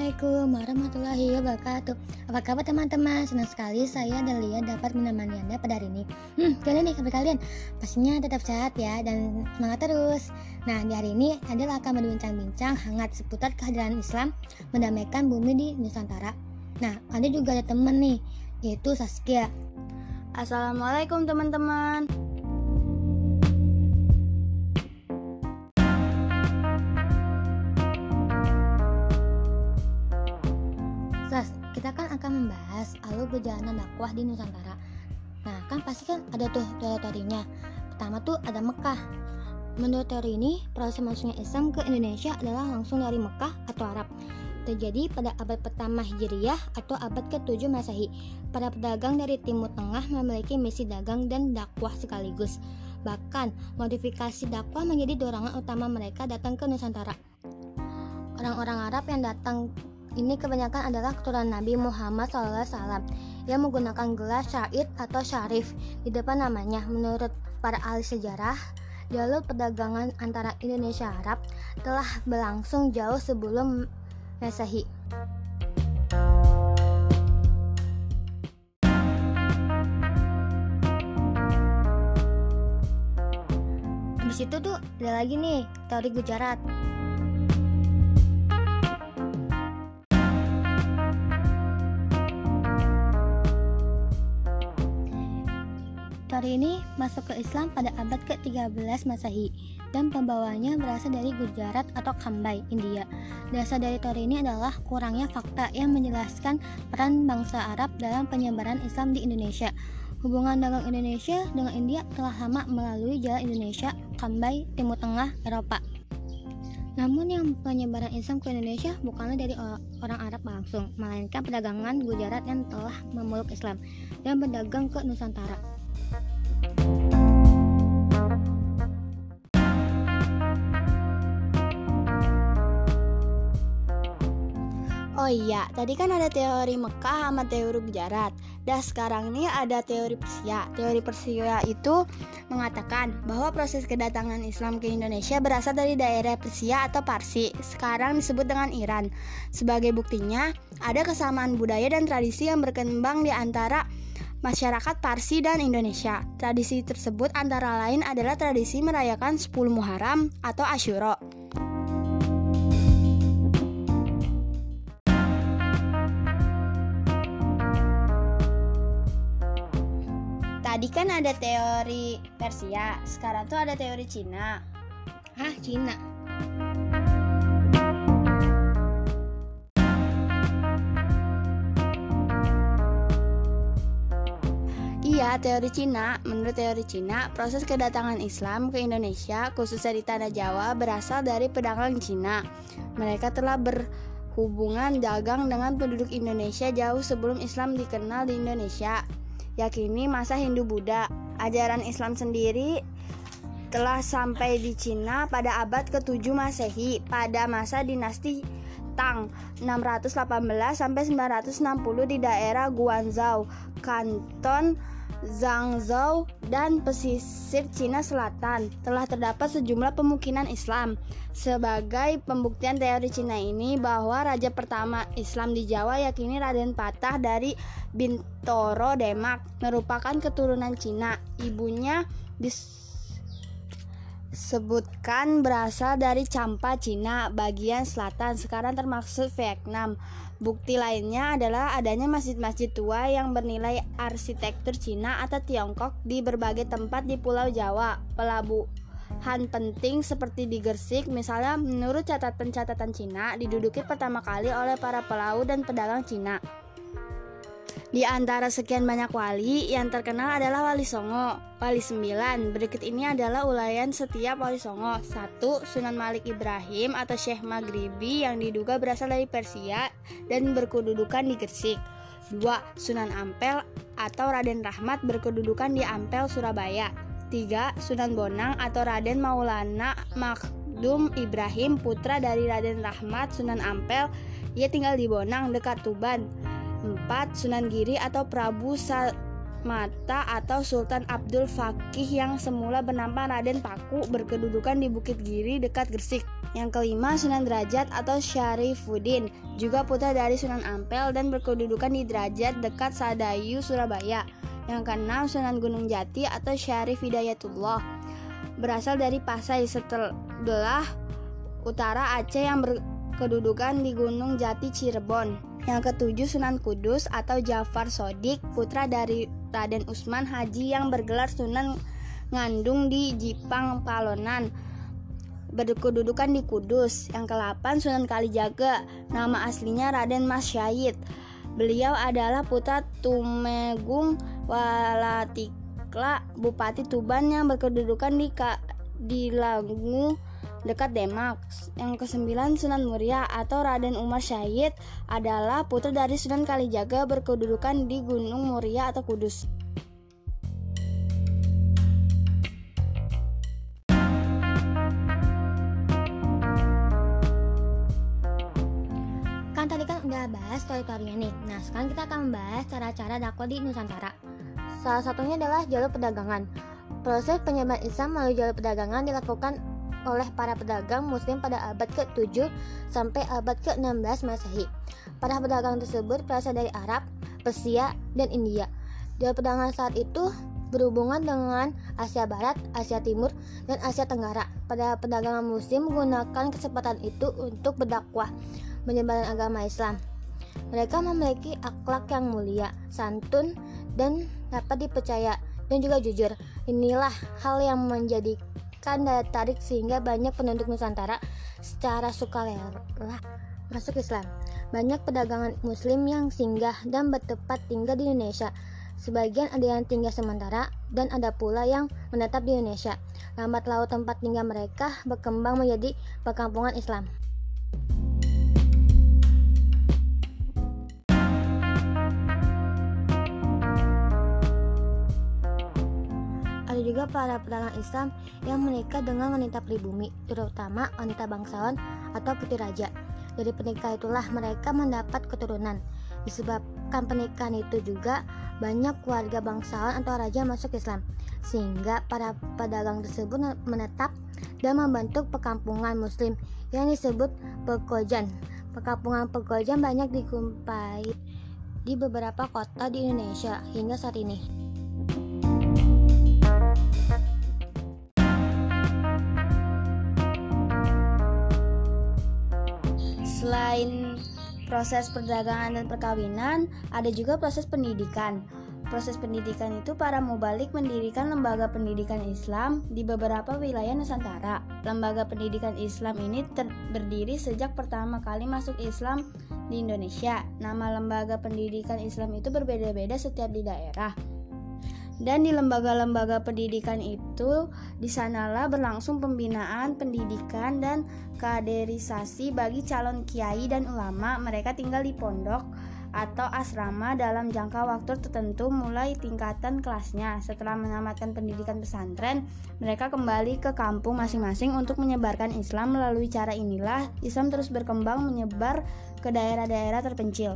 Assalamualaikum warahmatullahi wabarakatuh. Apa kabar teman-teman? Senang sekali saya dan Lia dapat menemani Anda pada hari ini. Kalian nih, kabar kalian? Pastinya tetap sehat ya dan semangat terus. Nah, di hari ini adalah akan berbincang-bincang hangat seputar kehadiran Islam mendamaikan bumi di Nusantara. Nah, ada juga ada teman nih, yaitu Saskia. Assalamualaikum teman-teman. Kita kan akan membahas alur perjalanan dakwah di Nusantara. Nah, kan pasti kan ada tuh teorinya. Pertama tuh ada Mekah. Menurut teori ini, proses masuknya Islam ke Indonesia adalah langsung dari Mekah atau Arab. Terjadi pada abad pertama Hijriyah atau abad ke-7 Masehi. Para pedagang dari Timur Tengah memiliki misi dagang dan dakwah sekaligus. Bahkan, modifikasi dakwah menjadi dorongan utama mereka datang ke Nusantara. Orang-orang Arab yang datang ini kebanyakan adalah keturunan Nabi Muhammad SAW yang menggunakan gelar Syahid atau Syarif di depan namanya. Menurut para ahli sejarah, jalur perdagangan antara Indonesia dan Arab telah berlangsung jauh sebelum Masehi. Habis itu tuh ada lagi nih teori Gujarat. Teori ini masuk ke Islam pada abad ke-13 Masehi dan pembawanya berasal dari Gujarat atau Kambay, India. Dasar dari teori ini adalah kurangnya fakta yang menjelaskan peran bangsa Arab dalam penyebaran Islam di Indonesia. Hubungan dagang Indonesia dengan India telah lama melalui jalan Indonesia, Kambay, Timur Tengah, Eropa. Namun yang penyebaran Islam ke Indonesia bukanlah dari orang Arab langsung, melainkan perdagangan Gujarat yang telah memeluk Islam dan berdagang ke Nusantara. Oh iya, tadi kan ada teori Mekah sama teori Gujarat. Dan sekarang ini ada teori Persia. Teori Persia itu mengatakan bahwa proses kedatangan Islam ke Indonesia berasal dari daerah Persia atau Parsi, sekarang disebut dengan Iran. Sebagai buktinya, ada kesamaan budaya dan tradisi yang berkembang di antara masyarakat Parsi dan Indonesia. Tradisi tersebut antara lain adalah tradisi merayakan 10 Muharram atau Asyura. Tadi kan ada teori Persia, sekarang tuh ada teori Cina. Hah, Cina? Iya, teori Cina. Menurut teori Cina, proses kedatangan Islam ke Indonesia, khususnya di Tanah Jawa, berasal dari pedagang Cina. Mereka telah berhubungan dagang dengan penduduk Indonesia jauh sebelum Islam dikenal di Indonesia, yakini masa Hindu-Buddha. Ajaran Islam sendiri telah sampai di Cina pada abad ke-7 Masehi pada masa dinasti Tang 618 sampai 960 di daerah Guangzhou, Kanton Zhangzhou dan pesisir Cina Selatan. Telah terdapat sejumlah pemukiman Islam. Sebagai pembuktian teori Cina ini bahwa raja pertama Islam di Jawa yakini Raden Patah dari Bintoro Demak merupakan keturunan Cina. Ibunya disebutkan berasal dari Champa, Cina bagian selatan, sekarang termasuk Vietnam. Bukti lainnya adalah adanya masjid-masjid tua yang bernilai arsitektur Cina atau Tiongkok di berbagai tempat di Pulau Jawa. Pelabuhan penting seperti di Gresik misalnya, menurut catatan Cina, diduduki pertama kali oleh para pelaut dan pedagang Cina. Di antara sekian banyak wali, yang terkenal adalah Wali Songo, Wali 9. Berikut ini adalah uraian setiap Wali Songo. 1. Sunan Malik Ibrahim atau Syekh Maghribi yang diduga berasal dari Persia dan berkedudukan di Gresik. 2. Sunan Ampel atau Raden Rahmat berkedudukan di Ampel, Surabaya. 3. Sunan Bonang atau Raden Maulana Makhdum Ibrahim, putra dari Raden Rahmat Sunan Ampel. Ia tinggal di Bonang dekat Tuban. 4. Sunan Giri atau Prabu Mata atau Sultan Abdul Fakih yang semula bernama Raden Paku berkedudukan di Bukit Giri dekat Gresik. Yang kelima, Sunan Derajat atau Syarifuddin, juga putra dari Sunan Ampel dan berkedudukan di Derajat dekat Sadayu, Surabaya. Yang keenam, Sunan Gunung Jati atau Syarif Hidayatullah, berasal dari Pasai sebelah utara Aceh yang berkedudukan di Gunung Jati, Cirebon. Yang ketujuh, Sunan Kudus atau Jafar Sodik, putra dari Raden Usman Haji yang bergelar Sunan Ngandung di Jipang, Palonan, berkedudukan di Kudus. Yang ke-8, Sunan Kalijaga, nama aslinya Raden Mas Syahid. Beliau adalah putra Tumenggung Walatikla, Bupati Tuban yang berkedudukan di Langu dekat Demak. Yang ke-9, Sunan Muria atau Raden Umar Syahid adalah putra dari Sunan Kalijaga berkedudukan di Gunung Muria atau Kudus. Kan tadi kan udah bahas teritorinya nih. Nah, sekarang kita akan membahas cara-cara dakwah di Nusantara. Salah satunya adalah jalur perdagangan. Proses penyebaran Islam melalui jalur perdagangan dilakukan oleh para pedagang muslim pada abad ke-7 sampai abad ke-16 Masehi. Para pedagang tersebut berasal dari Arab, Persia, dan India. Jalur perdagangan saat itu berhubungan dengan Asia Barat, Asia Timur, dan Asia Tenggara. Para pedagang muslim menggunakan kesempatan itu untuk berdakwah, menyebarkan agama Islam. Mereka memiliki akhlak yang mulia, santun, dan dapat dipercaya, dan juga jujur. Inilah hal yang menjadikan daya tarik sehingga banyak penduduk Nusantara secara sukarela masuk Islam. Banyak pedagang muslim yang singgah dan bertempat tinggal di Indonesia. Sebagian ada yang tinggal sementara dan ada pula yang menetap di Indonesia. Lambat laun tempat tinggal mereka berkembang menjadi perkampungan Islam. Ada juga para pedagang Islam yang menikah dengan wanita pribumi, terutama wanita bangsawan atau putri raja. Dari pernikahan itulah mereka mendapat keturunan. Disebabkan pernikahan itu juga banyak keluarga bangsawan atau raja masuk Islam, sehingga para pedagang tersebut menetap dan membentuk perkampungan muslim yang disebut pekojan. Perkampungan pekojan banyak dijumpai di beberapa kota di Indonesia hingga saat ini. Selain proses perdagangan dan perkawinan, ada juga proses pendidikan. Proses pendidikan itu para mubalik mendirikan lembaga pendidikan Islam di beberapa wilayah Nusantara. Lembaga pendidikan Islam ini berdiri sejak pertama kali masuk Islam di Indonesia. Nama lembaga pendidikan Islam itu berbeda-beda setiap di daerah. Dan di lembaga-lembaga pendidikan itu, di sanalah berlangsung pembinaan, pendidikan, dan kaderisasi bagi calon kiai dan ulama. Mereka tinggal di pondok atau asrama dalam jangka waktu tertentu mulai tingkatan kelasnya. Setelah menamatkan pendidikan pesantren, mereka kembali ke kampung masing-masing untuk menyebarkan Islam. Melalui cara inilah Islam terus berkembang menyebar ke daerah-daerah terpencil.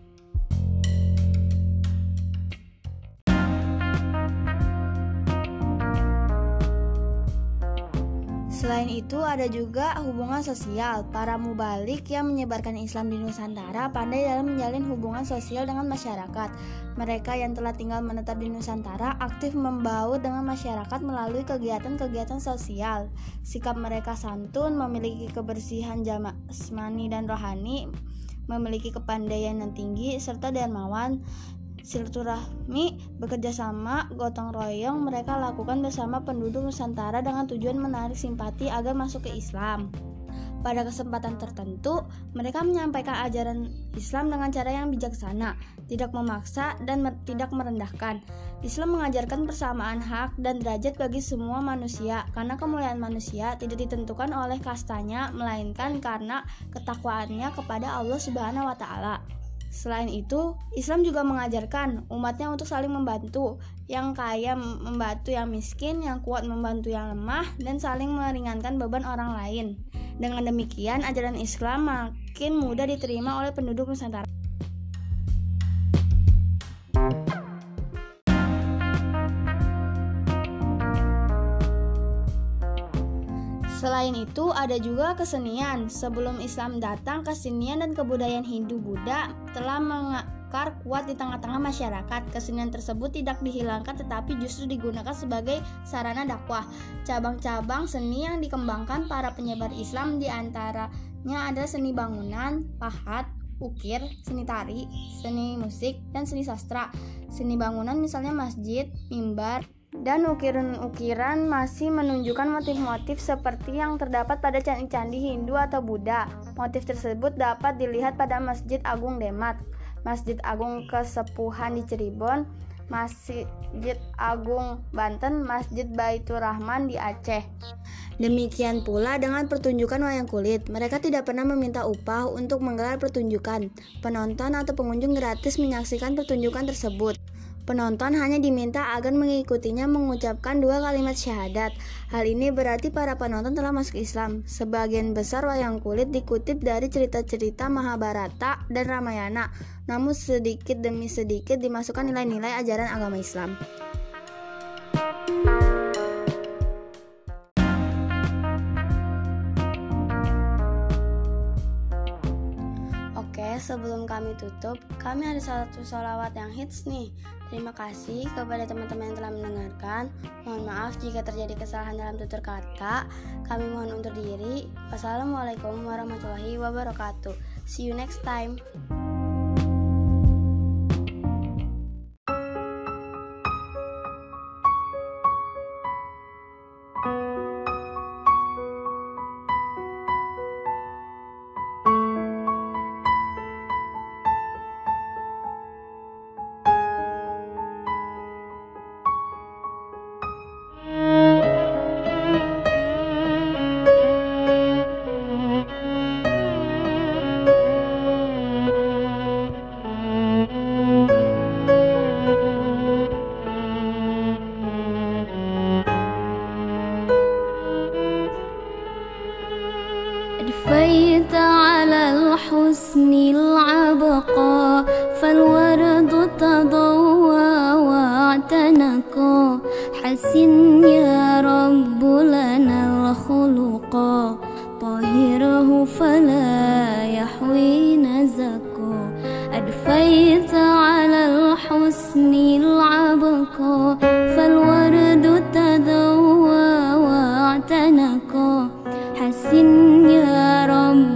Selain itu, ada juga hubungan sosial. Para mubalik yang menyebarkan Islam di Nusantara pandai dalam menjalin hubungan sosial dengan masyarakat. Mereka yang telah tinggal menetap di Nusantara aktif membaur dengan masyarakat melalui kegiatan-kegiatan sosial. Sikap mereka santun, memiliki kebersihan jasmani dan rohani, memiliki kepandaian yang tinggi, serta dermawan. Silaturahmi, bekerja sama, gotong royong mereka lakukan bersama penduduk Nusantara dengan tujuan menarik simpati agar masuk ke Islam. Pada kesempatan tertentu, mereka menyampaikan ajaran Islam dengan cara yang bijaksana, tidak memaksa dan tidak merendahkan. Islam mengajarkan persamaan hak dan derajat bagi semua manusia, karena kemuliaan manusia tidak ditentukan oleh kastanya, melainkan karena ketakwaannya kepada Allah Subhanahu wa Ta'ala. Selain itu, Islam juga mengajarkan umatnya untuk saling membantu, yang kaya membantu yang miskin, yang kuat membantu yang lemah, dan saling meringankan beban orang lain. Dengan demikian, ajaran Islam makin mudah diterima oleh penduduk Nusantara. Selain itu ada juga kesenian. Sebelum Islam datang, kesenian dan kebudayaan Hindu-Buddha telah mengakar kuat di tengah-tengah masyarakat. Kesenian tersebut tidak dihilangkan tetapi justru digunakan sebagai sarana dakwah. Cabang-cabang seni yang dikembangkan para penyebar Islam diantaranya adalah seni bangunan, pahat, ukir, seni tari, seni musik, dan seni sastra. Seni bangunan misalnya masjid, mimbar, dan ukiran-ukiran masih menunjukkan motif-motif seperti yang terdapat pada candi-candi Hindu atau Buddha. Motif tersebut dapat dilihat pada Masjid Agung Demak, Masjid Agung Kesepuhan di Cirebon, Masjid Agung Banten, Masjid Baitur Rahman di Aceh. Demikian pula dengan pertunjukan wayang kulit. Mereka tidak pernah meminta upah untuk menggelar pertunjukan. Penonton atau pengunjung gratis menyaksikan pertunjukan tersebut. Penonton hanya diminta agar mengikutinya mengucapkan 2 kalimat syahadat. Hal ini berarti para penonton telah masuk Islam. Sebagian besar wayang kulit dikutip dari cerita-cerita Mahabharata dan Ramayana, namun sedikit demi sedikit dimasukkan nilai-nilai ajaran agama Islam. Oke, sebelum kami tutup, kami ada satu sholawat yang hits nih. Terima kasih kepada teman-teman yang telah mendengarkan. Mohon maaf jika terjadi kesalahan dalam tutur kata. Kami mohon undur diri. Wassalamualaikum warahmatullahi wabarakatuh. See you next time. أدفيت على الحسن العبقى فالورد تضوى واعتنقا حسن يا رب لنا الخلقا طهره فلا يحوي نزقا أدفيت على الحسن العبقى فالورد تضوى واعتنقا حسن يا رب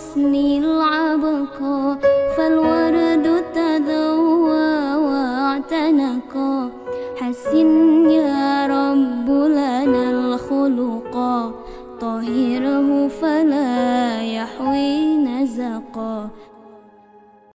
الحسن العبقى فالورد تضوى واعتنقا حسن يا رب لنا الخلقا طهره فلا يحوي نزقا